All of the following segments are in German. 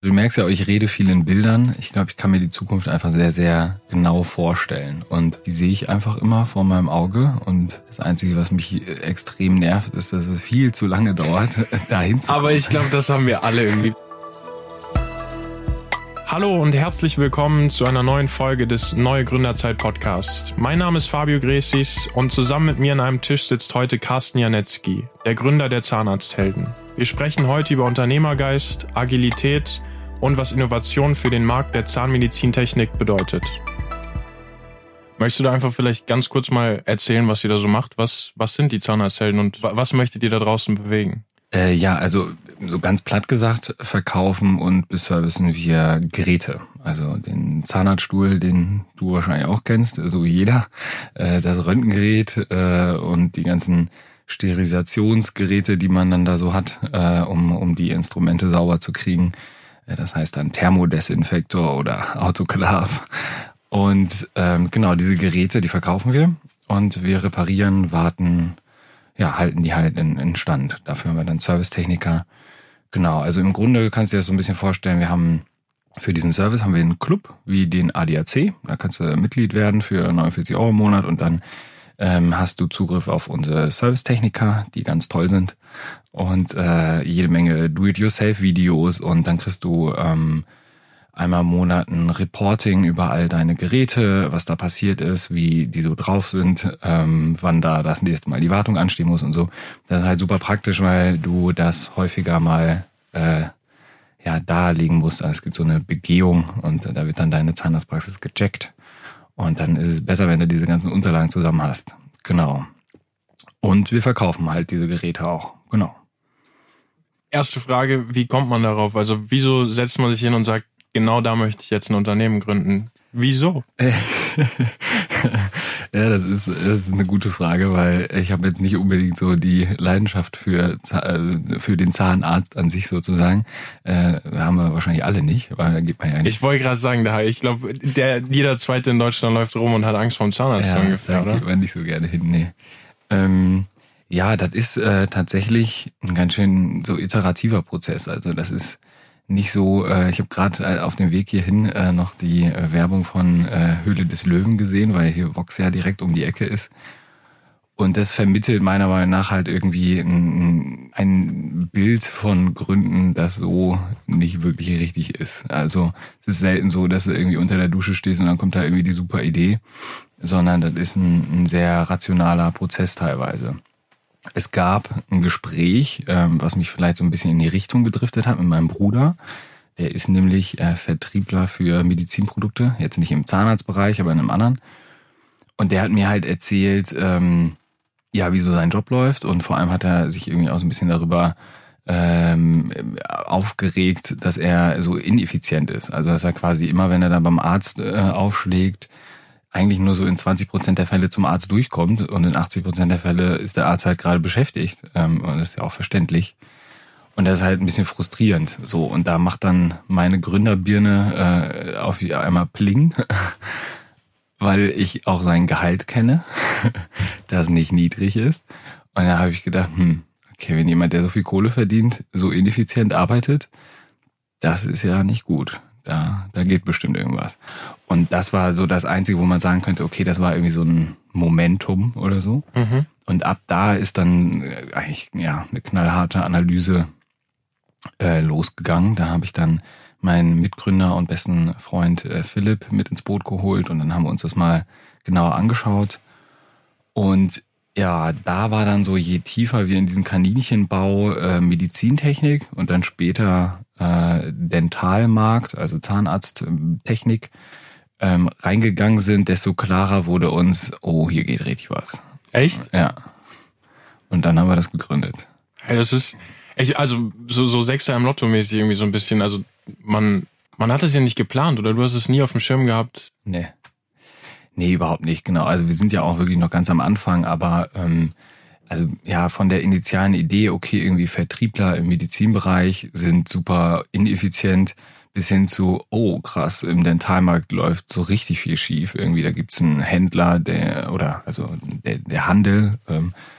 Du merkst ja, ich rede viel in Bildern. Ich glaube, ich kann mir die Zukunft einfach sehr, sehr genau vorstellen. Und die sehe ich einfach immer vor meinem Auge. Und das Einzige, was mich extrem nervt, ist, dass es viel zu lange dauert, dahin zu kommen. Aber ich glaube, das haben wir alle irgendwie. Hallo und herzlich willkommen zu einer neuen Folge des Neue Gründerzeit Podcasts. Mein Name ist Fabio Gresis und zusammen mit mir an einem Tisch sitzt heute Carsten Janetzky, der Gründer der Zahnarzthelden. Wir sprechen heute über Unternehmergeist, Agilität und was Innovation für den Markt der Zahnmedizintechnik bedeutet. Möchtest du da einfach vielleicht ganz kurz mal erzählen, was ihr da so macht? Was sind die Zahnarzthelden und was möchtet ihr da draußen bewegen? Also so ganz platt gesagt, verkaufen und beservicen wir Geräte. Also den Zahnarztstuhl, den du wahrscheinlich auch kennst, so wie jeder, das Röntgengerät und die ganzen Sterilisationsgeräte, die man dann da so hat, um die Instrumente sauber zu kriegen. Das heißt dann Thermodesinfektor oder Autoklav. Und genau, diese Geräte, die verkaufen wir und wir reparieren, warten, halten die halt in Stand. Dafür haben wir dann Servicetechniker. Genau, also im Grunde kannst du dir das so ein bisschen vorstellen, wir haben für diesen Service haben wir einen Club wie den ADAC. Da kannst du Mitglied werden für 49 € im Monat und dann hast du Zugriff auf unsere Servicetechniker, die ganz toll sind und jede Menge Do-it-yourself-Videos und dann kriegst du einmal im Monat ein Reporting über all deine Geräte, was da passiert ist, wie die so drauf sind, wann da das nächste Mal die Wartung anstehen muss und so. Das ist halt super praktisch, weil du das häufiger mal darlegen musst. Also es gibt so eine Begehung und da wird dann deine Zahnarztpraxis gecheckt. Und dann ist es besser, wenn du diese ganzen Unterlagen zusammen hast. Genau. Und wir verkaufen halt diese Geräte auch. Genau. Erste Frage, wie kommt man darauf? Also wieso setzt man sich hin und sagt, genau da möchte ich jetzt ein Unternehmen gründen? Wieso? Ja, das ist eine gute Frage, weil ich habe jetzt nicht unbedingt so die Leidenschaft für den Zahnarzt an sich sozusagen. Haben wir wahrscheinlich alle nicht, weil da geht man ja nicht. Ich wollte gerade sagen, ich glaube, jeder Zweite in Deutschland läuft rum und hat Angst vor dem Zahnarzt ungefähr, oder? Da geht man nicht so gerne hin, nee. Das ist tatsächlich ein ganz schön so iterativer Prozess. Also das ist nicht so, ich habe gerade auf dem Weg hierhin noch die Werbung von Höhle des Löwen gesehen, weil hier Vox ja direkt um die Ecke ist. Und das vermittelt meiner Meinung nach halt irgendwie ein Bild von Gründen, das so nicht wirklich richtig ist. Also es ist selten so, dass du irgendwie unter der Dusche stehst und dann kommt da irgendwie die super Idee, sondern das ist ein sehr rationaler Prozess teilweise. Es gab ein Gespräch, was mich vielleicht so ein bisschen in die Richtung gedriftet hat mit meinem Bruder. Der ist nämlich Vertriebler für Medizinprodukte, jetzt nicht im Zahnarztbereich, aber in einem anderen. Und der hat mir halt erzählt, wie so sein Job läuft. Und vor allem hat er sich irgendwie auch so ein bisschen darüber aufgeregt, dass er so ineffizient ist. Also dass er quasi immer, wenn er dann beim Arzt aufschlägt, eigentlich nur so in 20% der Fälle zum Arzt durchkommt und in 80% der Fälle ist der Arzt halt gerade beschäftigt. Und das ist ja auch verständlich. Und das ist halt ein bisschen frustrierend. So, und da macht dann meine Gründerbirne auf einmal Pling, weil ich auch sein Gehalt kenne, das nicht niedrig ist. Und da habe ich gedacht, okay, wenn jemand, der so viel Kohle verdient, so ineffizient arbeitet, das ist ja nicht gut. Da geht bestimmt irgendwas. Und das war so das Einzige, wo man sagen könnte, okay, das war irgendwie so ein Momentum oder so. Mhm. Und ab da ist dann eigentlich eine knallharte Analyse losgegangen. Da habe ich dann meinen Mitgründer und besten Freund Philipp mit ins Boot geholt und dann haben wir uns das mal genauer angeschaut. Und ja, da war dann so, je tiefer wir in diesen Kaninchenbau Medizintechnik und dann später Dentalmarkt, also Zahnarzttechnik, reingegangen sind, desto klarer wurde uns, hier geht richtig was. Echt? Ja. Und dann haben wir das gegründet. Hey, das ist echt, also so Sechser im Lotto mäßig irgendwie so ein bisschen, also man hat es ja nicht geplant, oder du hast es nie auf dem Schirm gehabt? Nee, überhaupt nicht, genau. Also wir sind ja auch wirklich noch ganz am Anfang, aber von der initialen Idee, okay, irgendwie Vertriebler im Medizinbereich sind super ineffizient, bis hin zu, krass, im Dentalmarkt läuft so richtig viel schief. Irgendwie, da gibt's einen Händler, der Handel,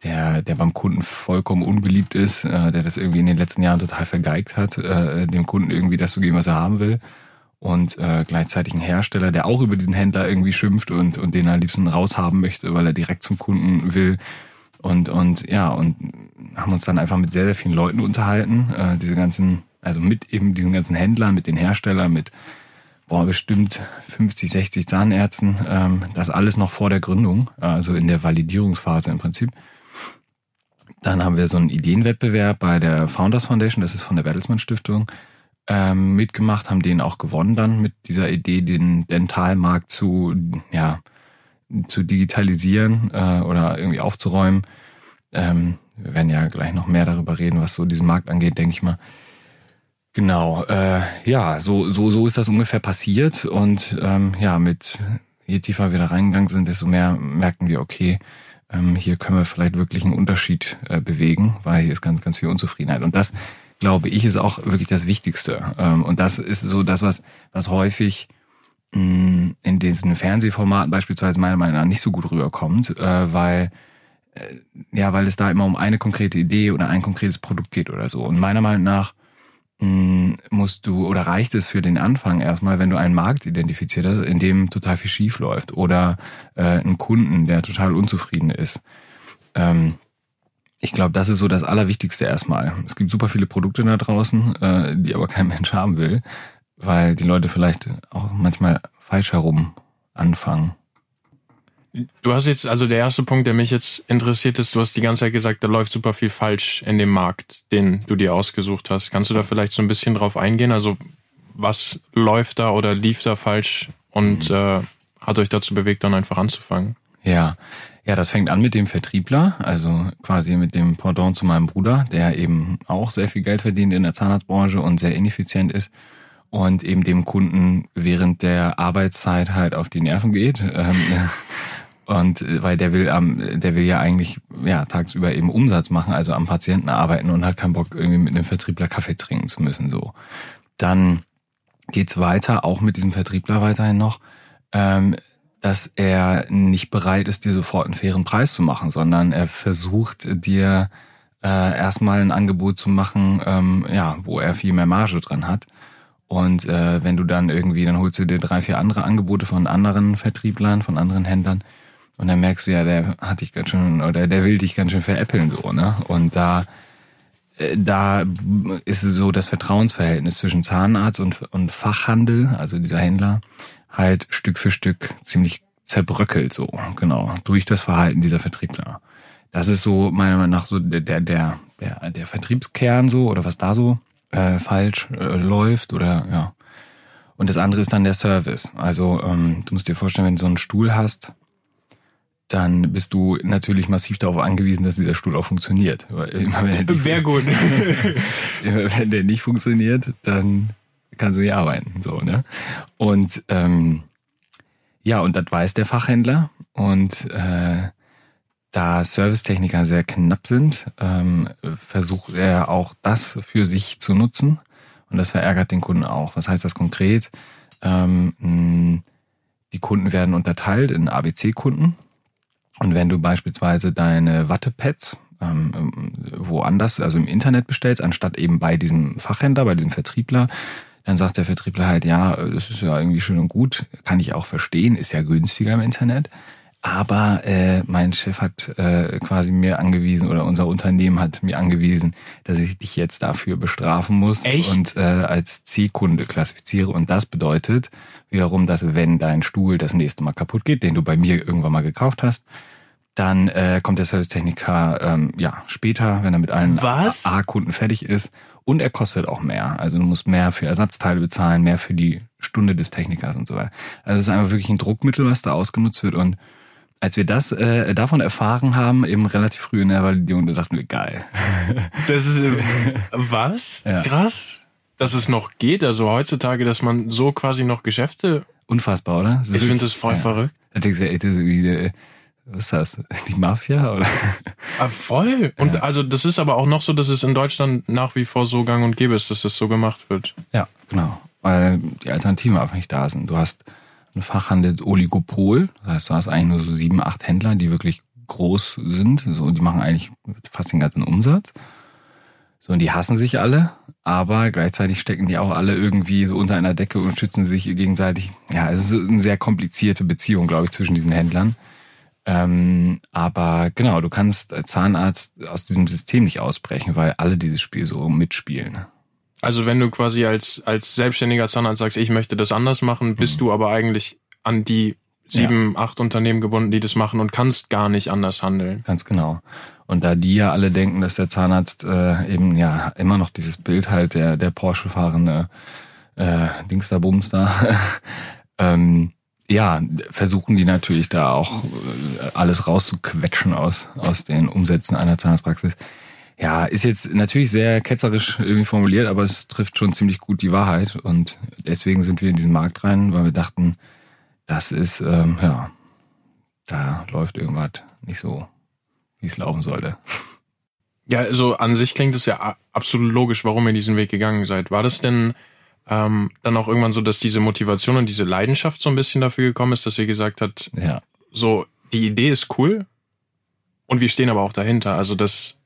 der beim Kunden vollkommen unbeliebt ist, der das irgendwie in den letzten Jahren total vergeigt hat, dem Kunden irgendwie das zu geben, was er haben will. Und gleichzeitig ein Hersteller, der auch über diesen Händler irgendwie schimpft und den er am liebsten raushaben möchte, weil er direkt zum Kunden will. Und haben uns dann einfach mit sehr, sehr vielen Leuten unterhalten, mit eben diesen ganzen Händlern, mit den Herstellern, mit bestimmt 50, 60 Zahnärzten, das alles noch vor der Gründung, also in der Validierungsphase im Prinzip. Dann haben wir so einen Ideenwettbewerb bei der Founders Foundation, das ist von der Bertelsmann Stiftung, mitgemacht, haben den auch gewonnen dann mit dieser Idee, den Dentalmarkt zu digitalisieren oder irgendwie aufzuräumen. Wir werden ja gleich noch mehr darüber reden, was so diesen Markt angeht, denke ich mal. Genau, so ist das ungefähr passiert und je tiefer wir da reingegangen sind, desto mehr merkten wir, okay, hier können wir vielleicht wirklich einen Unterschied bewegen, weil hier ist ganz, ganz viel Unzufriedenheit. Und das, glaube ich, ist auch wirklich das Wichtigste. Und das ist so das, was häufig in diesen Fernsehformaten beispielsweise meiner Meinung nach nicht so gut rüberkommt, weil es da immer um eine konkrete Idee oder ein konkretes Produkt geht oder so. Und meiner Meinung nach reicht es für den Anfang erstmal, wenn du einen Markt identifiziert hast, in dem total viel schief läuft oder einen Kunden, der total unzufrieden ist. Ich glaube, das ist so das Allerwichtigste erstmal. Es gibt super viele Produkte da draußen, die aber kein Mensch haben will, weil die Leute vielleicht auch manchmal falsch herum anfangen. Du hast jetzt, also der erste Punkt, der mich jetzt interessiert ist, du hast die ganze Zeit gesagt, da läuft super viel falsch in dem Markt, den du dir ausgesucht hast. Kannst du da vielleicht so ein bisschen drauf eingehen? Also was läuft da oder lief da falsch und hat euch dazu bewegt, dann einfach anzufangen? Ja, das fängt an mit dem Vertriebler, also quasi mit dem Pendant zu meinem Bruder, der eben auch sehr viel Geld verdient in der Zahnarztbranche und sehr ineffizient ist und eben dem Kunden während der Arbeitszeit halt auf die Nerven geht. Und weil der will ja eigentlich tagsüber eben Umsatz machen, also am Patienten arbeiten und hat keinen Bock, irgendwie mit einem Vertriebler Kaffee trinken zu müssen. So. Dann geht's weiter, auch mit diesem Vertriebler weiterhin noch, dass er nicht bereit ist, dir sofort einen fairen Preis zu machen, sondern er versucht dir erstmal ein Angebot zu machen, wo er viel mehr Marge dran hat. Und wenn du dann holst du dir 3, 4 andere Angebote von anderen Vertrieblern, von anderen Händlern. Und dann merkst du ja, der will dich ganz schön veräppeln, so, ne? Und da ist so das Vertrauensverhältnis zwischen Zahnarzt und Fachhandel, also dieser Händler, halt Stück für Stück ziemlich zerbröckelt, so, genau, durch das Verhalten dieser Vertriebler. Das ist so, meiner Meinung nach, so der Vertriebskern, so, oder was da so falsch läuft, oder, ja. Und das andere ist dann der Service. Also, du musst dir vorstellen, wenn du so einen Stuhl hast, dann bist du natürlich massiv darauf angewiesen, dass dieser Stuhl auch funktioniert. Wäre gut. Wenn der nicht funktioniert, dann kannst du nicht arbeiten. So, ne? Und und das weiß der Fachhändler. Und da Servicetechniker sehr knapp sind, versucht er auch das für sich zu nutzen. Und das verärgert den Kunden auch. Was heißt das konkret? Die Kunden werden unterteilt in ABC-Kunden. Und wenn du beispielsweise deine Wattepads woanders, also im Internet bestellst, anstatt eben bei diesem Fachhändler, bei diesem Vertriebler, dann sagt der Vertriebler halt, ja, das ist ja irgendwie schön und gut, kann ich auch verstehen, ist ja günstiger im Internet. Aber mein Chef hat quasi mir angewiesen, oder unser Unternehmen hat mir angewiesen, dass ich dich jetzt dafür bestrafen muss. Echt? Und als C-Kunde klassifiziere. Und das bedeutet wiederum, dass wenn dein Stuhl das nächste Mal kaputt geht, den du bei mir irgendwann mal gekauft hast, dann kommt der Servicetechniker später, wenn er mit allen A-Kunden fertig ist. Und er kostet auch mehr. Also du musst mehr für Ersatzteile bezahlen, mehr für die Stunde des Technikers und so weiter. Also es ist einfach wirklich ein Druckmittel, was da ausgenutzt wird. Und als wir das davon erfahren haben, eben relativ früh in der Validierung, da dachten wir, geil. Das ist was? Ja. Krass, dass es noch geht. Also heutzutage, dass man so quasi noch Geschäfte... Unfassbar, oder? Ich finde das voll verrückt. Da denkst du, ey, das ist wie, was ist das? Die Mafia, oder? Voll. Und also das ist aber auch noch so, dass es in Deutschland nach wie vor so gang und gäbe ist, dass das so gemacht wird. Ja, genau. Weil die Alternativen einfach nicht da sind. Du hast ein Fachhandel-Oligopol. Das heißt, du hast eigentlich nur so 7, 8 Händler, die wirklich groß sind. So, die machen eigentlich fast den ganzen Umsatz. So, und die hassen sich alle, aber gleichzeitig stecken die auch alle irgendwie so unter einer Decke und schützen sich gegenseitig. Ja, es ist eine sehr komplizierte Beziehung, glaube ich, zwischen diesen Händlern. Aber genau, du kannst als Zahnarzt aus diesem System nicht ausbrechen, weil alle dieses Spiel so mitspielen. Also wenn du quasi als selbstständiger Zahnarzt sagst, ich möchte das anders machen, bist du aber eigentlich an die 7, 8 Unternehmen gebunden, die das machen und kannst gar nicht anders handeln. Ganz genau. Und da die ja alle denken, dass der Zahnarzt eben ja immer noch dieses Bild halt der Porsche-fahrende Dingster Bumster ja, versuchen die natürlich da auch alles rauszuquetschen aus den Umsätzen einer Zahnarztpraxis. Ja, ist jetzt natürlich sehr ketzerisch irgendwie formuliert, aber es trifft schon ziemlich gut die Wahrheit. Und deswegen sind wir in diesen Markt rein, weil wir dachten, das ist, ja, da läuft irgendwas nicht so, wie es laufen sollte. Ja, also an sich klingt es ja absolut logisch, warum ihr diesen Weg gegangen seid. War das denn dann auch irgendwann so, dass diese Motivation und diese Leidenschaft so ein bisschen dafür gekommen ist, dass ihr gesagt habt, ja, so, die Idee ist cool und wir stehen aber auch dahinter. Also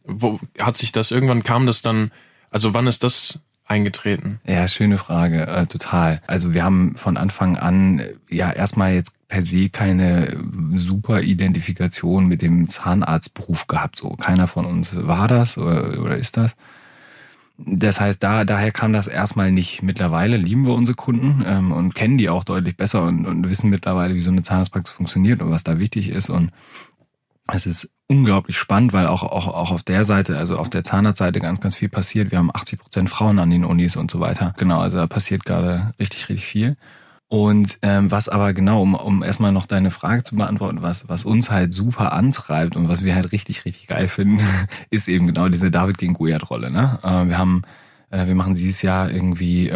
kam das dann, also wann ist das eingetreten? Ja, schöne Frage, total. Also wir haben von Anfang an ja erstmal jetzt per se keine super Identifikation mit dem Zahnarztberuf gehabt. So, keiner von uns war das oder ist das. Das heißt, daher kam das erstmal nicht. Mittlerweile lieben wir unsere Kunden und kennen die auch deutlich besser und wissen mittlerweile, wie so eine Zahnarztpraxis funktioniert und was da wichtig ist. Und es ist unglaublich spannend, weil auch auf der Seite, also auf der Zahnarztseite ganz, ganz viel passiert. Wir haben 80% Frauen an den Unis und so weiter. Genau, also da passiert gerade richtig, richtig viel. Und was aber genau, um erstmal noch deine Frage zu beantworten, was uns halt super antreibt und was wir halt richtig, richtig geil finden, ist eben genau diese David gegen Goliath-Rolle. Ne? Wir machen dieses Jahr irgendwie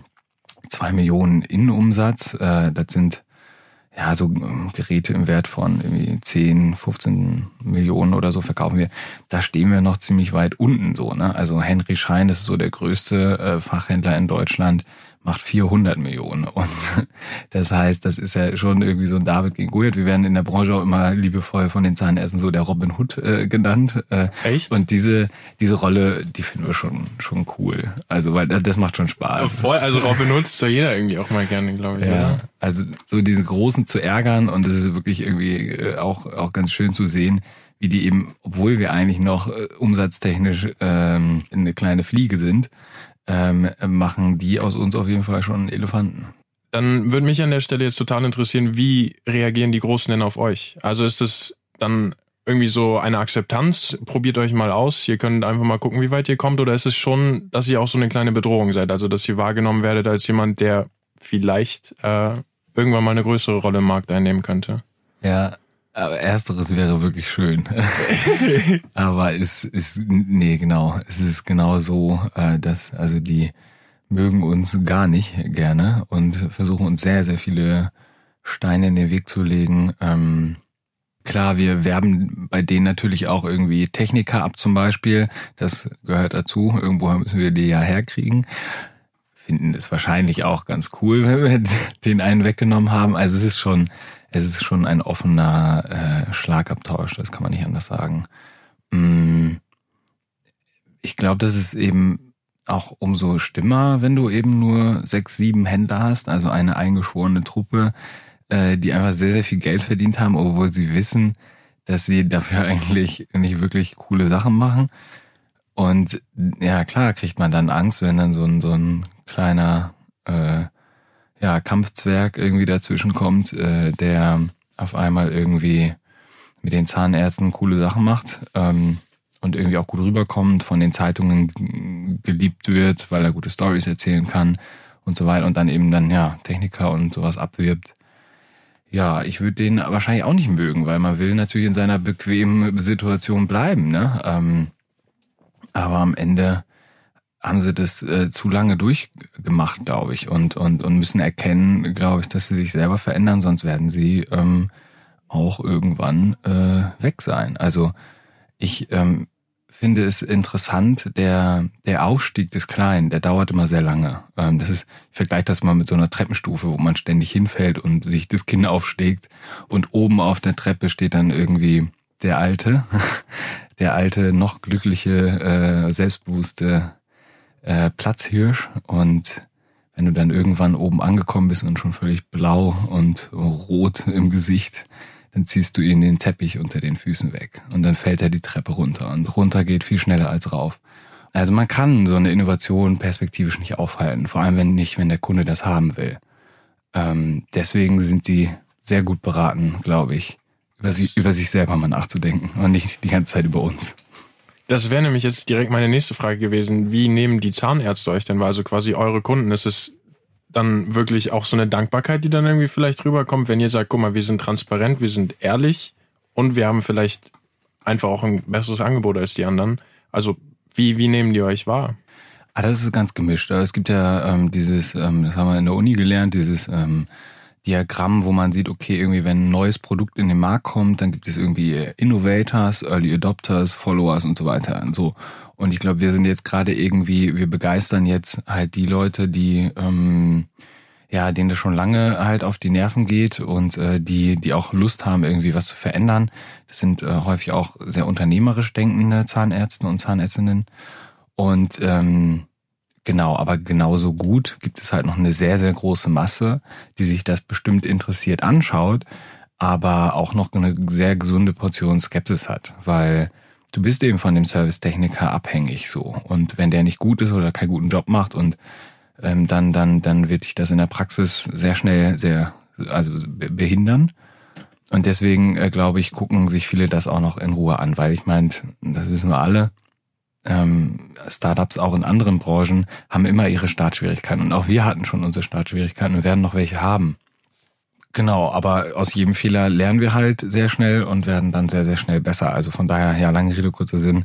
2 Millionen Innenumsatz. Das sind ja so Geräte im Wert von irgendwie 10, 15 Millionen oder so verkaufen wir. Da stehen wir noch ziemlich weit unten so. Ne? Also Henry Schein, das ist so der größte Fachhändler in Deutschland, macht 400 Millionen. Und das heißt, das ist ja schon irgendwie so ein David gegen Goliath. Wir werden in der Branche auch immer liebevoll von den Zahnärzten so der Robin Hood genannt. Echt? Und diese Rolle, die finden wir schon cool. Also, weil das macht schon Spaß. Ja, voll, also Robin Hood ist ja jeder irgendwie auch mal gerne, glaube ich. Ja, oder? also so diesen Großen zu ärgern und das ist wirklich irgendwie auch ganz schön zu sehen, wie die eben, obwohl wir eigentlich noch umsatztechnisch eine kleine Fliege sind, machen die aus uns auf jeden Fall schon einen Elefanten. Dann würde mich an der Stelle jetzt total interessieren, wie reagieren die Großen denn auf euch? Also ist es dann irgendwie so eine Akzeptanz? Probiert euch mal aus, ihr könnt einfach mal gucken, wie weit ihr kommt, oder ist es schon, dass ihr auch so eine kleine Bedrohung seid? Also dass ihr wahrgenommen werdet als jemand, der vielleicht irgendwann mal eine größere Rolle im Markt einnehmen könnte? Ja, aber ersteres wäre wirklich schön. Aber es ist genau so, dass, also die mögen uns gar nicht gerne und versuchen uns sehr, sehr viele Steine in den Weg zu legen. Klar, wir werben bei denen natürlich auch irgendwie Techniker ab zum Beispiel. Das gehört dazu. Irgendwoher müssen wir die ja herkriegen. Finden es wahrscheinlich auch ganz cool, wenn wir den einen weggenommen haben. Also es ist schon ein offener Schlagabtausch, das kann man nicht anders sagen. Ich glaube, das ist eben auch umso stimmer, wenn du eben nur 6, 7 Händler hast, also eine eingeschworene Truppe, die einfach sehr, sehr viel Geld verdient haben, obwohl sie wissen, dass sie dafür eigentlich nicht wirklich coole Sachen machen. Und ja, klar kriegt man dann Angst, wenn dann so ein kleiner Kampfzwerg irgendwie dazwischen kommt, der auf einmal irgendwie mit den Zahnärzten coole Sachen macht und irgendwie auch gut rüberkommt, von den Zeitungen geliebt wird, weil er gute Storys erzählen kann und so weiter und dann Techniker und sowas abwirbt. Ja, ich würde den wahrscheinlich auch nicht mögen, weil man will natürlich in seiner bequemen Situation bleiben, ne? Aber am Ende haben sie das zu lange durchgemacht, glaube ich, und müssen erkennen, glaube ich, dass sie sich selber verändern, sonst werden sie auch irgendwann weg sein. Also ich finde es interessant, der Aufstieg des Kleinen, der dauert immer sehr lange. Ich vergleiche das mal mit so einer Treppenstufe, wo man ständig hinfällt und sich das Kinn aufschlägt und oben auf der Treppe steht dann irgendwie der alte, noch glückliche, selbstbewusste Platzhirsch. Und wenn du dann irgendwann oben angekommen bist und schon völlig blau und rot im Gesicht, dann ziehst du ihn den Teppich unter den Füßen weg und dann fällt er die Treppe runter und runter geht viel schneller als rauf. Also man kann so eine Innovation perspektivisch nicht aufhalten, vor allem wenn der Kunde das haben will. Deswegen sind die sehr gut beraten, glaube ich, über sich selber mal nachzudenken und nicht die ganze Zeit über uns. Das wäre nämlich jetzt direkt meine nächste Frage gewesen. Wie nehmen die Zahnärzte euch denn wahr? Also quasi eure Kunden, ist es dann wirklich auch so eine Dankbarkeit, die dann irgendwie vielleicht rüberkommt, wenn ihr sagt, guck mal, wir sind transparent, wir sind ehrlich und wir haben vielleicht einfach auch ein besseres Angebot als die anderen. Also wie nehmen die euch wahr? Das ist ganz gemischt. Es gibt ja das haben wir in der Uni gelernt, dieses Diagramm, wo man sieht, okay, irgendwie wenn ein neues Produkt in den Markt kommt, dann gibt es irgendwie Innovators, Early Adopters, Followers und so weiter und so. Und ich glaube, wir sind jetzt gerade wir begeistern jetzt halt die Leute, die denen das schon lange halt auf die Nerven geht und die auch Lust haben, irgendwie was zu verändern. Das sind häufig auch sehr unternehmerisch denkende Zahnärzte und Zahnärztinnen. Und genau, aber genauso gut gibt es halt noch eine sehr, sehr große Masse, die sich das bestimmt interessiert anschaut, aber auch noch eine sehr gesunde Portion Skepsis hat, weil du bist eben von dem Servicetechniker abhängig so. Und wenn der nicht gut ist oder keinen guten Job macht und dann wird dich das in der Praxis sehr schnell behindern. Und deswegen, glaube ich, gucken sich viele das auch noch in Ruhe an, weil ich meine, das wissen wir alle, Startups auch in anderen Branchen haben immer ihre Startschwierigkeiten. Und auch wir hatten schon unsere Startschwierigkeiten und werden noch welche haben. Genau, aber aus jedem Fehler lernen wir halt sehr schnell und werden dann sehr, sehr schnell besser. Also von daher, ja, lange Rede, kurzer Sinn.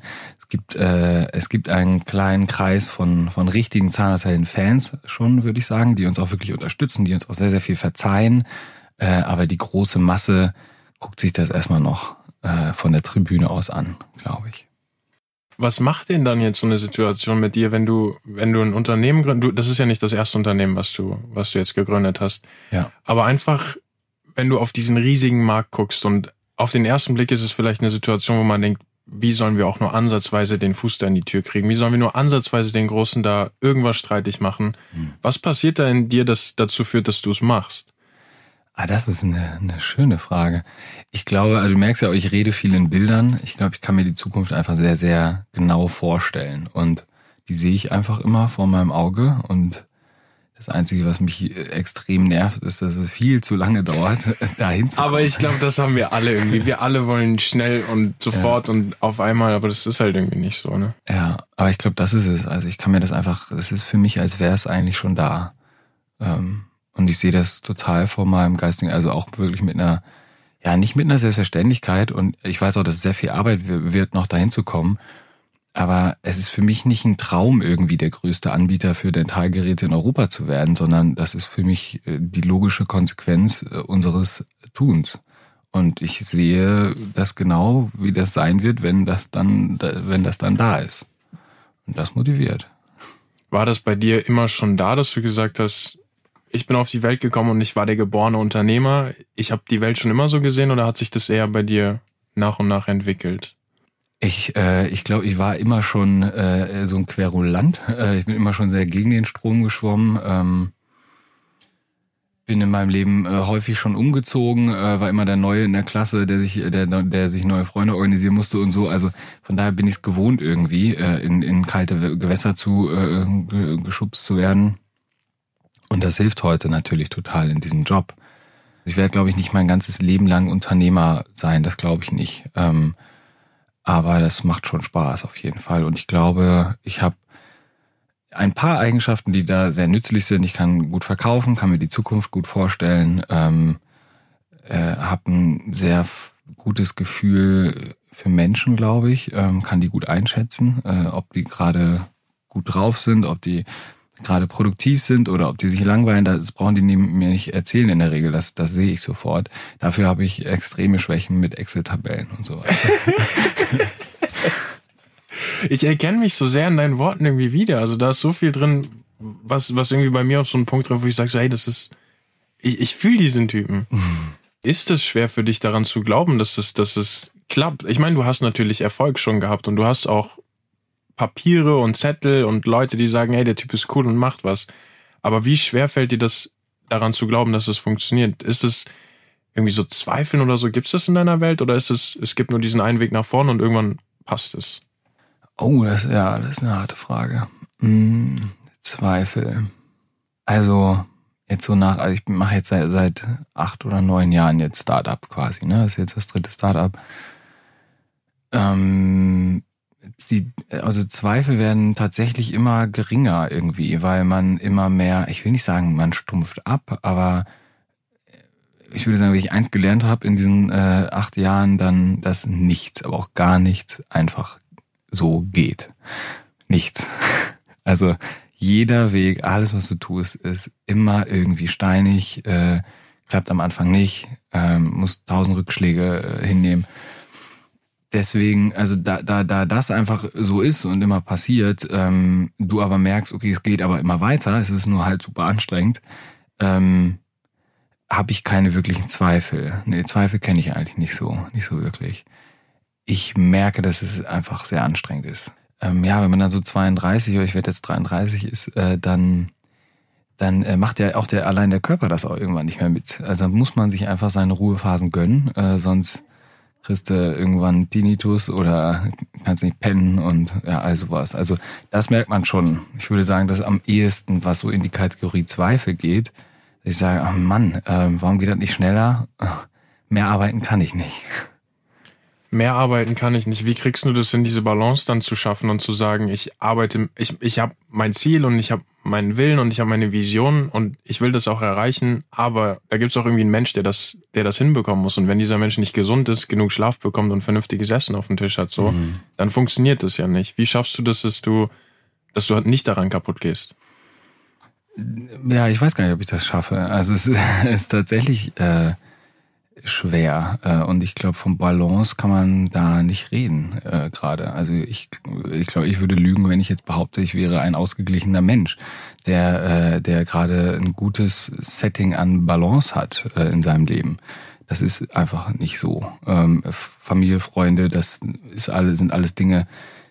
Es gibt einen kleinen Kreis von richtigen Zahnarzthelden-Fans schon, würde ich sagen, die uns auch wirklich unterstützen, die uns auch sehr, sehr viel verzeihen. Aber die große Masse guckt sich das erstmal noch von der Tribüne aus an, glaube ich. Was macht denn dann jetzt so eine Situation mit dir, wenn du ein Unternehmen gründest? Das ist ja nicht das erste Unternehmen, was du jetzt gegründet hast. Ja. Aber einfach, wenn du auf diesen riesigen Markt guckst und auf den ersten Blick ist es vielleicht eine Situation, wo man denkt, wie sollen wir auch nur ansatzweise den Fuß da in die Tür kriegen? Wie sollen wir nur ansatzweise den Großen da irgendwas streitig machen? Was passiert da in dir, das dazu führt, dass du es machst? Das ist eine schöne Frage. Ich glaube, also du merkst ja, ich rede viel in Bildern. Ich glaube, ich kann mir die Zukunft einfach sehr, sehr genau vorstellen. Und die sehe ich einfach immer vor meinem Auge. Und das Einzige, was mich extrem nervt, ist, dass es viel zu lange dauert, dahin zu kommen. Aber ich glaube, das haben wir alle irgendwie. Wir alle wollen schnell und sofort und auf einmal, aber das ist halt irgendwie nicht so, ne? Ja, aber ich glaube, das ist es. Also ich kann mir das einfach, es ist für mich, als wäre es eigentlich schon da. Und ich sehe das total vor meinem geistigen, also auch wirklich nicht mit einer Selbstverständlichkeit. Und ich weiß auch, dass es sehr viel Arbeit wird, noch dahin zu kommen. Aber es ist für mich nicht ein Traum, irgendwie der größte Anbieter für Dentalgeräte in Europa zu werden, sondern das ist für mich die logische Konsequenz unseres Tuns. Und ich sehe das genau, wie das sein wird, wenn das dann da ist. Und das motiviert. War das bei dir immer schon da, dass du gesagt hast, ich bin auf die Welt gekommen und ich war der geborene Unternehmer. Ich habe die Welt schon immer so gesehen oder hat sich das eher bei dir nach und nach entwickelt? Ich glaube, ich war immer schon so ein Querulant. Ich bin immer schon sehr gegen den Strom geschwommen. Bin in meinem Leben häufig schon umgezogen, war immer der Neue in der Klasse, der sich neue Freunde organisieren musste und so. Also von daher bin ich es gewohnt, irgendwie in kalte Gewässer geschubst zu werden. Und das hilft heute natürlich total in diesem Job. Ich werde, glaube ich, nicht mein ganzes Leben lang Unternehmer sein, das glaube ich nicht. Aber das macht schon Spaß auf jeden Fall. Und ich glaube, ich habe ein paar Eigenschaften, die da sehr nützlich sind. Ich kann gut verkaufen, kann mir die Zukunft gut vorstellen, habe ein sehr gutes Gefühl für Menschen, glaube ich, kann die gut einschätzen, ob die gerade gut drauf sind, ob die gerade produktiv sind oder ob die sich langweilen, das brauchen die mir nicht erzählen in der Regel, das sehe ich sofort. Dafür habe ich extreme Schwächen mit Excel-Tabellen und so. Ich erkenne mich so sehr in deinen Worten irgendwie wieder. Also da ist so viel drin, was irgendwie bei mir auf so einen Punkt trifft, wo ich sage, so, hey, das ist, ich fühle diesen Typen. Ist es schwer für dich daran zu glauben, dass es klappt? Ich meine, du hast natürlich Erfolg schon gehabt und du hast auch Papiere und Zettel und Leute, die sagen, hey, der Typ ist cool und macht was. Aber wie schwer fällt dir das, daran zu glauben, dass es funktioniert? Ist es irgendwie so Zweifeln oder so? Gibt es das in deiner Welt? Oder ist es gibt nur diesen einen Weg nach vorne und irgendwann passt es? Oh, das ist eine harte Frage. Zweifel. Also jetzt also ich mache jetzt seit 8 oder 9 Jahren jetzt Startup quasi, ne? Das ist jetzt das 3. Startup. Also Zweifel werden tatsächlich immer geringer irgendwie, weil man immer mehr, ich will nicht sagen, man stumpft ab, aber ich würde sagen, wenn ich eins gelernt habe in diesen 8 Jahren, dann, dass nichts, aber auch gar nichts einfach so geht. Nichts. Also jeder Weg, alles was du tust, ist immer irgendwie steinig, klappt am Anfang nicht, musst 1000 Rückschläge hinnehmen. Deswegen, also da das einfach so ist und immer passiert, du aber merkst, okay, es geht aber immer weiter, es ist nur halt super anstrengend, habe ich keine wirklichen Zweifel. Nee, Zweifel kenne ich eigentlich nicht so wirklich. Ich merke, dass es einfach sehr anstrengend ist. Ja, wenn man dann so 32 oder ich werde jetzt 33 ist, dann macht ja auch allein der Körper das auch irgendwann nicht mehr mit. Also muss man sich einfach seine Ruhephasen gönnen, sonst kriegst du irgendwann Tinnitus oder kannst nicht pennen und ja, all sowas. Also das merkt man schon. Ich würde sagen, dass am ehesten, was so in die Kategorie Zweifel geht, dass ich sage, ach Mann, warum geht das nicht schneller? Mehr arbeiten kann ich nicht. Mehr arbeiten kann ich nicht. Wie kriegst du das hin, diese Balance dann zu schaffen und zu sagen, ich arbeite, ich habe mein Ziel und ich habe meinen Willen und ich habe meine Vision und ich will das auch erreichen, aber da gibt es auch irgendwie einen Mensch, der das hinbekommen muss. Und wenn dieser Mensch nicht gesund ist, genug Schlaf bekommt und vernünftiges Essen auf dem Tisch hat, dann funktioniert das ja nicht. Wie schaffst du das, dass du halt nicht daran kaputt gehst? Ja, ich weiß gar nicht, ob ich das schaffe. Also es ist tatsächlich schwer. Und ich glaube, vom Balance kann man da nicht reden gerade. Also ich glaube, ich würde lügen, wenn ich jetzt behaupte, ich wäre ein ausgeglichener Mensch, der gerade ein gutes Setting an Balance hat in seinem Leben. Das ist einfach nicht so. Familie, Freunde, sind alles Dinge,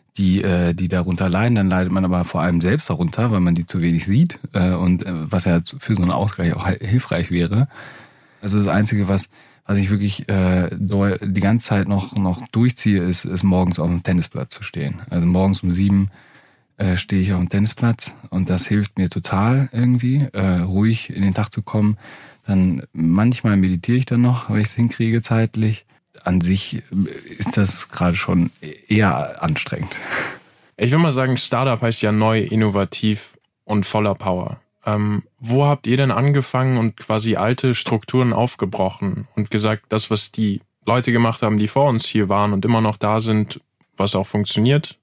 die darunter leiden. Dann leidet man aber vor allem selbst darunter, weil man die zu wenig sieht und was ja für so einen Ausgleich auch hilfreich wäre. Also das Einzige, was ich wirklich die ganze Zeit noch durchziehe, ist morgens auf dem Tennisplatz zu stehen. Also morgens um 7 stehe ich auf dem Tennisplatz und das hilft mir total irgendwie, ruhig in den Tag zu kommen. Dann manchmal meditiere ich dann noch, wenn ich es hinkriege zeitlich. An sich ist das gerade schon eher anstrengend. Ich will mal sagen, Startup heißt ja neu, innovativ und voller Power. Wo habt ihr denn angefangen und quasi alte Strukturen aufgebrochen und gesagt, das, was die Leute gemacht haben, die vor uns hier waren und immer noch da sind, was auch funktioniert,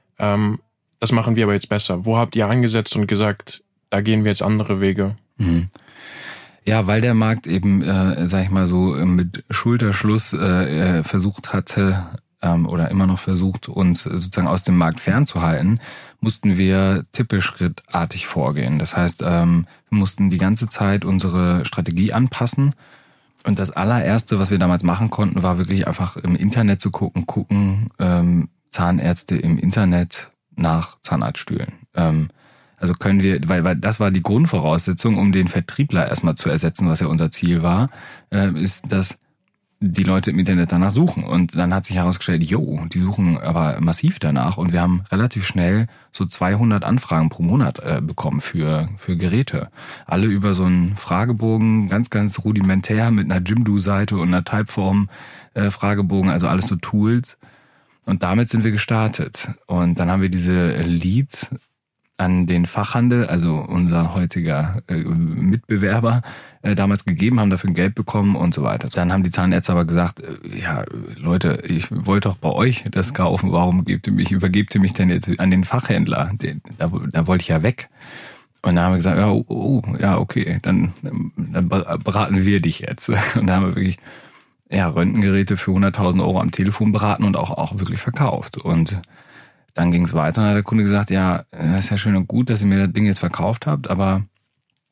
das machen wir aber jetzt besser. Wo habt ihr angesetzt und gesagt, da gehen wir jetzt andere Wege? Mhm. Ja, weil der Markt eben, sag ich mal so, mit Schulterschluss versucht hatte oder immer noch versucht, uns sozusagen aus dem Markt fernzuhalten, mussten wir tippelschrittartig vorgehen. Das heißt, wir mussten die ganze Zeit unsere Strategie anpassen. Und das allererste, was wir damals machen konnten, war wirklich einfach im Internet zu gucken, Zahnärzte im Internet nach Zahnarztstühlen. Also können wir, weil das war die Grundvoraussetzung, um den Vertriebler erstmal zu ersetzen, was ja unser Ziel war, ist, dass die Leute im Internet danach suchen. Und dann hat sich herausgestellt, die suchen aber massiv danach. Und wir haben relativ schnell so 200 Anfragen pro Monat bekommen für Geräte. Alle über so einen Fragebogen, ganz, ganz rudimentär mit einer Jimdo-Seite und einer Typeform-Fragebogen, also alles so Tools. Und damit sind wir gestartet. Und dann haben wir diese Leads an den Fachhandel, also unser heutiger Mitbewerber, damals gegeben, haben dafür Geld bekommen und so weiter. Dann haben die Zahnärzte aber gesagt, ja Leute, ich wollte doch bei euch das kaufen, warum übergebt ihr mich denn jetzt an den Fachhändler? Da wollte ich ja weg. Und dann haben wir gesagt, ja, okay, dann beraten wir dich jetzt. Und dann haben wir wirklich Röntgengeräte für 100.000 Euro am Telefon beraten und auch wirklich verkauft. Und dann ging es weiter und hat der Kunde gesagt, ja, das ist ja schön und gut, dass ihr mir das Ding jetzt verkauft habt, aber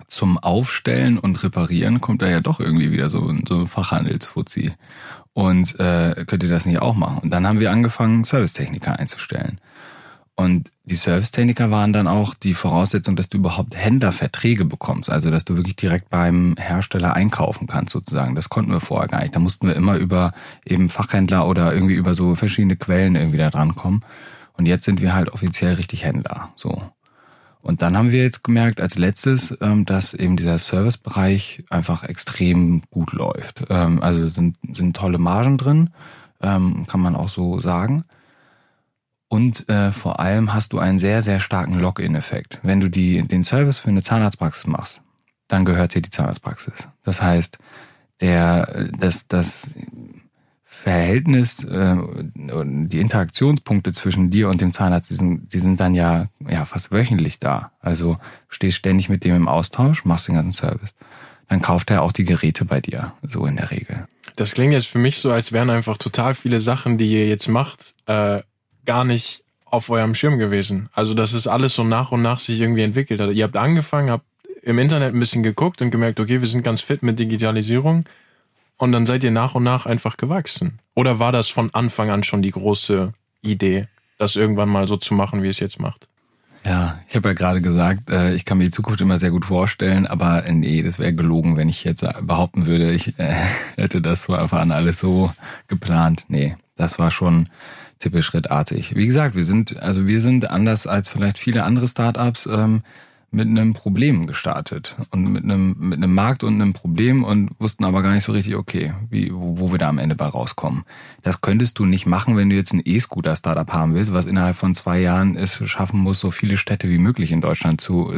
zum Aufstellen und Reparieren kommt da ja doch irgendwie wieder so ein Fachhandelsfuzzi. Und könnt ihr das nicht auch machen? Und dann haben wir angefangen, Servicetechniker einzustellen. Und die Servicetechniker waren dann auch die Voraussetzung, dass du überhaupt Händlerverträge bekommst. Also, dass du wirklich direkt beim Hersteller einkaufen kannst sozusagen. Das konnten wir vorher gar nicht. Da mussten wir immer über eben Fachhändler oder irgendwie über so verschiedene Quellen irgendwie da dran kommen. Und jetzt sind wir halt offiziell richtig Händler. So. Und dann haben wir jetzt gemerkt als letztes, dass eben dieser Servicebereich einfach extrem gut läuft. Also sind tolle Margen drin, kann man auch so sagen. Und vor allem hast du einen sehr, sehr starken Login-Effekt. Wenn du den Service für eine Zahnarztpraxis machst, dann gehört dir die Zahnarztpraxis. Das heißt, das Verhältnis, die Interaktionspunkte zwischen dir und dem Zahnarzt, die sind dann ja fast wöchentlich da. Also du stehst ständig mit dem im Austausch, machst den ganzen Service. Dann kauft er auch die Geräte bei dir, so in der Regel. Das klingt jetzt für mich so, als wären einfach total viele Sachen, die ihr jetzt macht, gar nicht auf eurem Schirm gewesen. Also dass es alles so nach und nach sich irgendwie entwickelt hat. Ihr habt angefangen, habt im Internet ein bisschen geguckt und gemerkt, okay, wir sind ganz fit mit Digitalisierung und dann seid ihr nach und nach einfach gewachsen. Oder war das von Anfang an schon die große Idee, das irgendwann mal so zu machen, wie es jetzt macht? Ja, ich habe ja gerade gesagt, ich kann mir die Zukunft immer sehr gut vorstellen, aber nee, das wäre gelogen, wenn ich jetzt behaupten würde, ich hätte das von Anfang an alles so geplant. Nee, das war schon typisch schrittartig. Wie gesagt, wir sind anders als vielleicht viele andere Startups mit einem Problem gestartet und mit einem Markt und einem Problem und wussten aber gar nicht so richtig, okay, wo wir da am Ende bei rauskommen. Das könntest du nicht machen, wenn du jetzt ein E-Scooter-Startup haben willst, was innerhalb von 2 Jahren es schaffen muss, so viele Städte wie möglich in Deutschland zu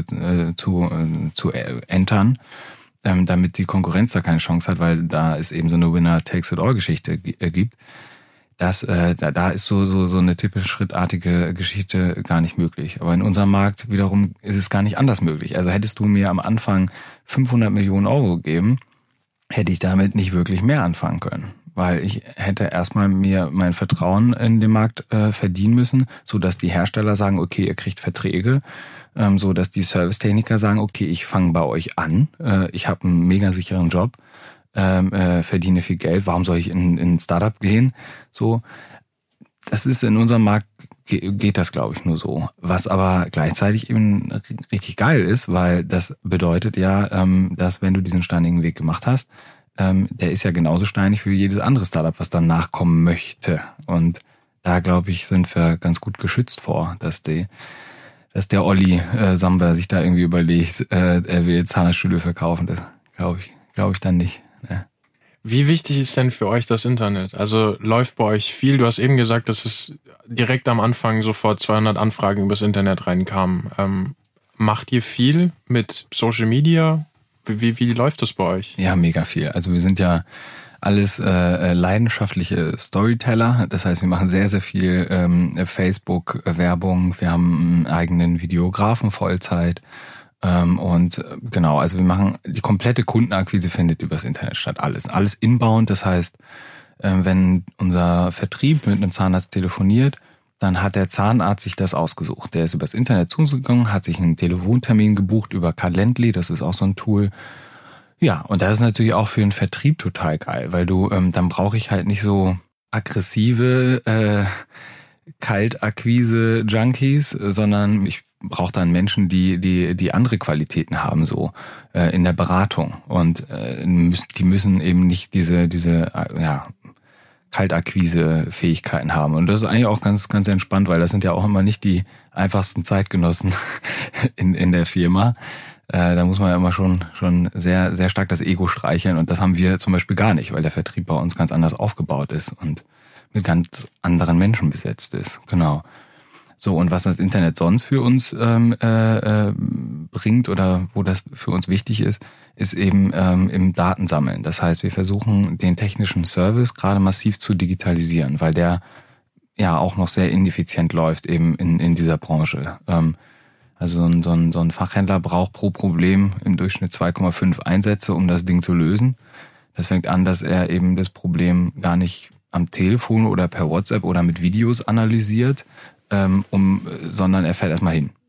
entern, damit die Konkurrenz da keine Chance hat, weil da es eben so eine Winner-Takes-it-all-Geschichte gibt. Da ist so eine typisch schrittartige Geschichte gar nicht möglich. Aber in unserem Markt wiederum ist es gar nicht anders möglich. Also hättest du mir am Anfang 500 Millionen Euro gegeben, hätte ich damit nicht wirklich mehr anfangen können. Weil ich hätte erstmal mir mein Vertrauen in den Markt verdienen müssen, so dass die Hersteller sagen, okay, ihr kriegt Verträge, so dass die Servicetechniker sagen, okay, ich fange bei euch an, ich habe einen mega sicheren Job. Verdiene viel Geld, warum soll ich in ein Startup gehen? So, das ist in unserem Markt, geht das, glaube ich, nur so. Was aber gleichzeitig eben richtig geil ist, weil das bedeutet ja, dass wenn du diesen steinigen Weg gemacht hast, der ist ja genauso steinig wie jedes andere Startup, was dann nachkommen möchte. Und da, glaube ich, sind wir ganz gut geschützt vor, dass der Olli Samba sich da irgendwie überlegt, er will jetzt Zahnarztstühle verkaufen. Das glaube ich dann nicht. Ja. Wie wichtig ist denn für euch das Internet? Also läuft bei euch viel? Du hast eben gesagt, dass es direkt am Anfang sofort 200 Anfragen übers Internet reinkamen. Macht ihr viel mit Social Media? Wie läuft das bei euch? Ja, mega viel. Also wir sind ja alles leidenschaftliche Storyteller. Das heißt, wir machen sehr, sehr viel Facebook-Werbung. Wir haben einen eigenen Videografen Vollzeit. Und genau, also wir machen die komplette Kundenakquise findet übers Internet statt. Alles inbound. Das heißt, wenn unser Vertrieb mit einem Zahnarzt telefoniert, dann hat der Zahnarzt sich das ausgesucht. Der ist übers Internet zu uns gegangen, hat sich einen Telefontermin gebucht über Calendly. Das ist auch so ein Tool. Ja, und das ist natürlich auch für den Vertrieb total geil, weil dann brauche ich halt nicht so aggressive Kaltakquise-Junkies, sondern ich brauche dann Menschen, die andere Qualitäten haben, so in der Beratung. Und die müssen eben nicht diese Kaltakquise-Fähigkeiten haben. Und das ist eigentlich auch ganz, ganz entspannt, weil das sind ja auch immer nicht die einfachsten Zeitgenossen in der Firma. Da muss man ja immer schon sehr, sehr stark das Ego streicheln. Und das haben wir zum Beispiel gar nicht, weil der Vertrieb bei uns ganz anders aufgebaut ist und mit ganz anderen Menschen besetzt ist. Genau. So, und was das Internet sonst für uns bringt oder wo das für uns wichtig ist eben im Datensammeln. Das heißt, wir versuchen den technischen Service gerade massiv zu digitalisieren, weil der ja auch noch sehr ineffizient läuft eben in dieser Branche. Also so ein Fachhändler braucht pro Problem im Durchschnitt 2,5 Einsätze, um das Ding zu lösen. Das fängt an, dass er eben das Problem gar nicht am Telefon oder per WhatsApp oder mit Videos analysiert, sondern er fährt erstmal hin.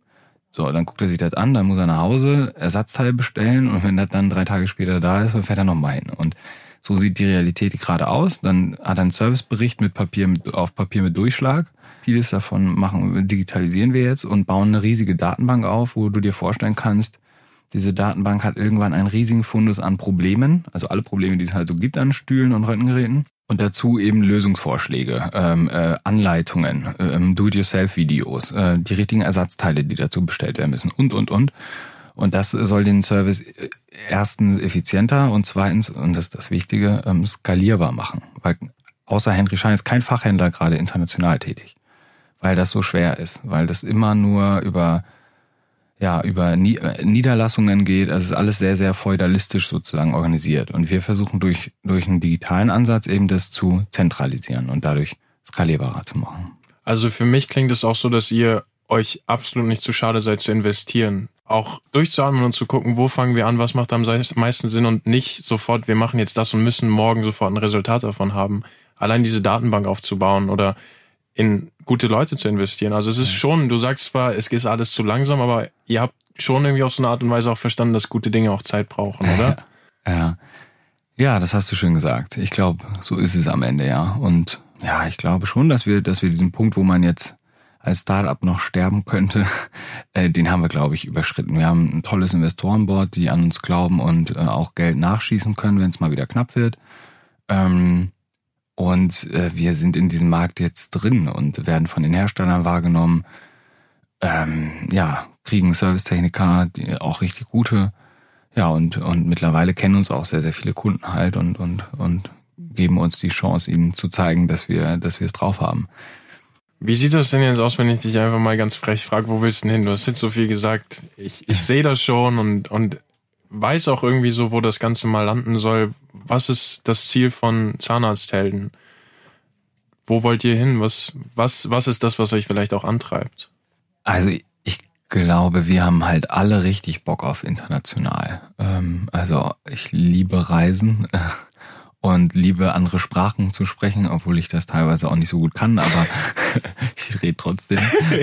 So, dann guckt er sich das an, dann muss er nach Hause Ersatzteil bestellen und wenn das dann 3 Tage später da ist, dann fährt er nochmal hin. Und so sieht die Realität gerade aus. Dann hat er einen Servicebericht auf Papier mit Durchschlag. Vieles davon digitalisieren wir jetzt und bauen eine riesige Datenbank auf, wo du dir vorstellen kannst, diese Datenbank hat irgendwann einen riesigen Fundus an Problemen, also alle Probleme, die es halt so gibt an Stühlen und Röntgengeräten. Und dazu eben Lösungsvorschläge, Anleitungen, Do-it-yourself-Videos, die richtigen Ersatzteile, die dazu bestellt werden müssen und. Und das soll den Service erstens effizienter und zweitens, und das ist das Wichtige, skalierbar machen. Weil außer Henry Schein ist kein Fachhändler gerade international tätig, weil das so schwer ist, weil das immer nur über Niederlassungen geht, also es ist alles sehr, sehr feudalistisch sozusagen organisiert. Und wir versuchen durch einen digitalen Ansatz eben das zu zentralisieren und dadurch skalierbarer zu machen. Also für mich klingt es auch so, dass ihr euch absolut nicht zu schade seid zu investieren. Auch durchzuatmen und zu gucken, wo fangen wir an, was macht am meisten Sinn und nicht sofort, wir machen jetzt das und müssen morgen sofort ein Resultat davon haben. Allein diese Datenbank aufzubauen oder in gute Leute zu investieren. Also es ist schon, du sagst zwar, es geht alles zu langsam, aber ihr habt schon irgendwie auf so eine Art und Weise auch verstanden, dass gute Dinge auch Zeit brauchen, oder? Ja, das hast du schön gesagt. Ich glaube, so ist es am Ende, ja. Und ja, ich glaube schon, dass wir diesen Punkt, wo man jetzt als Startup noch sterben könnte, den haben wir, glaube ich, überschritten. Wir haben ein tolles Investorenboard, die an uns glauben und auch Geld nachschießen können, wenn es mal wieder knapp wird. Und wir sind in diesem Markt jetzt drin und werden von den Herstellern wahrgenommen. Kriegen Servicetechniker, die auch richtig gute. Ja, und mittlerweile kennen uns auch sehr, sehr viele Kunden halt und geben uns die Chance, ihnen zu zeigen, dass wir es drauf haben. Wie sieht das denn jetzt aus, wenn ich dich einfach mal ganz frech frage, wo willst du denn hin? Du hast jetzt so viel gesagt. Ich sehe das schon und weiß auch irgendwie so, wo das Ganze mal landen soll. Was ist das Ziel von Zahnarzthelden? Wo wollt ihr hin? Was ist das, was euch vielleicht auch antreibt? Also ich glaube, wir haben halt alle richtig Bock auf international. Also ich liebe Reisen und liebe andere Sprachen zu sprechen, obwohl ich das teilweise auch nicht so gut kann, aber ich rede trotzdem.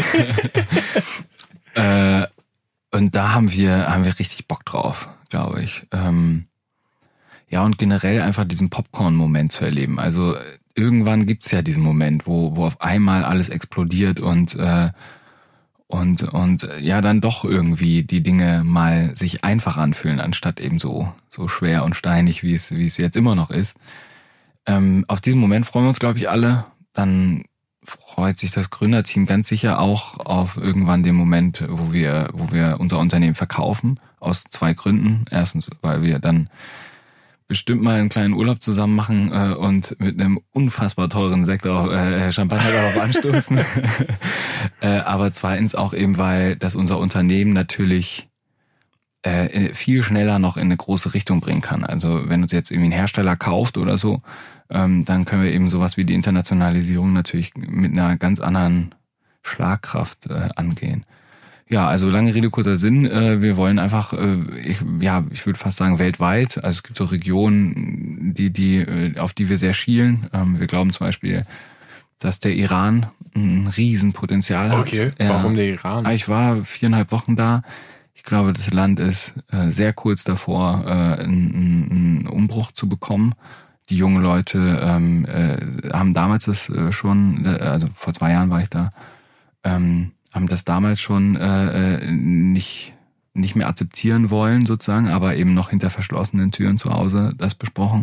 Und da haben wir richtig Bock drauf, glaube ich. Ja, und generell einfach diesen Popcorn-Moment zu erleben. Also irgendwann gibt's ja diesen Moment, wo auf einmal alles explodiert und ja dann doch irgendwie die Dinge mal sich einfach anfühlen, anstatt eben so schwer und steinig, wie es jetzt immer noch ist. Auf diesen Moment freuen wir uns, glaube ich, alle. Dann freut sich das Gründerteam ganz sicher auch auf irgendwann den Moment, wo wir unser Unternehmen verkaufen, aus 2 Gründen. Erstens, weil wir dann bestimmt mal einen kleinen Urlaub zusammen machen und mit einem unfassbar teuren Champagner darauf anstoßen. Aber zweitens auch eben, weil das unser Unternehmen natürlich viel schneller noch in eine große Richtung bringen kann. Also wenn uns jetzt irgendwie ein Hersteller kauft oder so, dann können wir eben sowas wie die Internationalisierung natürlich mit einer ganz anderen Schlagkraft angehen. Ja, also lange Rede, kurzer Sinn. Wir wollen einfach, ich würde fast sagen weltweit. Also es gibt so Regionen, auf die wir sehr schielen. Wir glauben zum Beispiel, dass der Iran ein Riesenpotenzial hat. Okay, warum der Iran? Ich war 4,5 Wochen da. Ich glaube, das Land ist sehr kurz davor, einen Umbruch zu bekommen. Die jungen Leute haben damals das schon, also vor 2 Jahren war ich da, haben das damals schon nicht mehr akzeptieren wollen sozusagen, aber eben noch hinter verschlossenen Türen zu Hause das besprochen.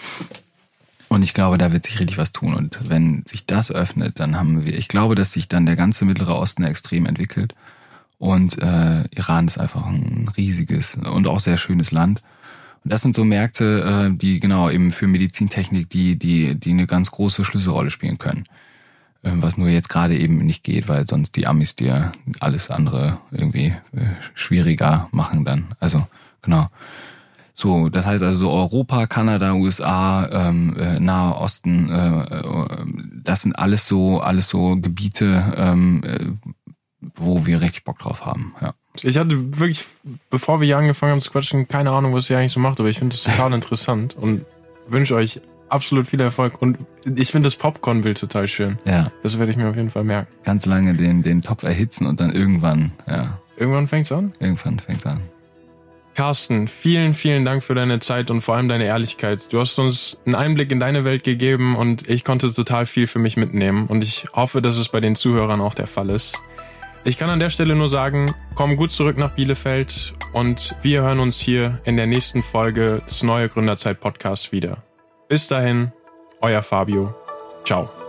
Und ich glaube, da wird sich richtig was tun. Und wenn sich das öffnet, dann ich glaube, dass sich dann der ganze Mittlere Osten extrem entwickelt. Und Iran ist einfach ein riesiges und auch sehr schönes Land. Und das sind so Märkte, die genau eben für Medizintechnik, die eine ganz große Schlüsselrolle spielen können. Was nur jetzt gerade eben nicht geht, weil sonst die Amis dir alles andere irgendwie schwieriger machen dann. Also genau. So, das heißt also so Europa, Kanada, USA, Nahe Osten, das sind alles so Gebiete, wo wir richtig Bock drauf haben. Ja. Ich hatte wirklich, bevor wir hier angefangen haben zu quatschen, keine Ahnung, was ihr eigentlich so macht, aber ich finde das total interessant und wünsche euch absolut viel Erfolg. Und ich finde das Popcorn-Bild total schön. Ja. Das werde ich mir auf jeden Fall merken. Ganz lange den Topf erhitzen und dann irgendwann, ja. Irgendwann fängt's an? Irgendwann fängt's an. Carsten, vielen, vielen Dank für deine Zeit und vor allem deine Ehrlichkeit. Du hast uns einen Einblick in deine Welt gegeben und ich konnte total viel für mich mitnehmen und ich hoffe, dass es bei den Zuhörern auch der Fall ist. Ich kann an der Stelle nur sagen, komm gut zurück nach Bielefeld und wir hören uns hier in der nächsten Folge des Neue Gründerzeit Podcasts wieder. Bis dahin, euer Fabio. Ciao.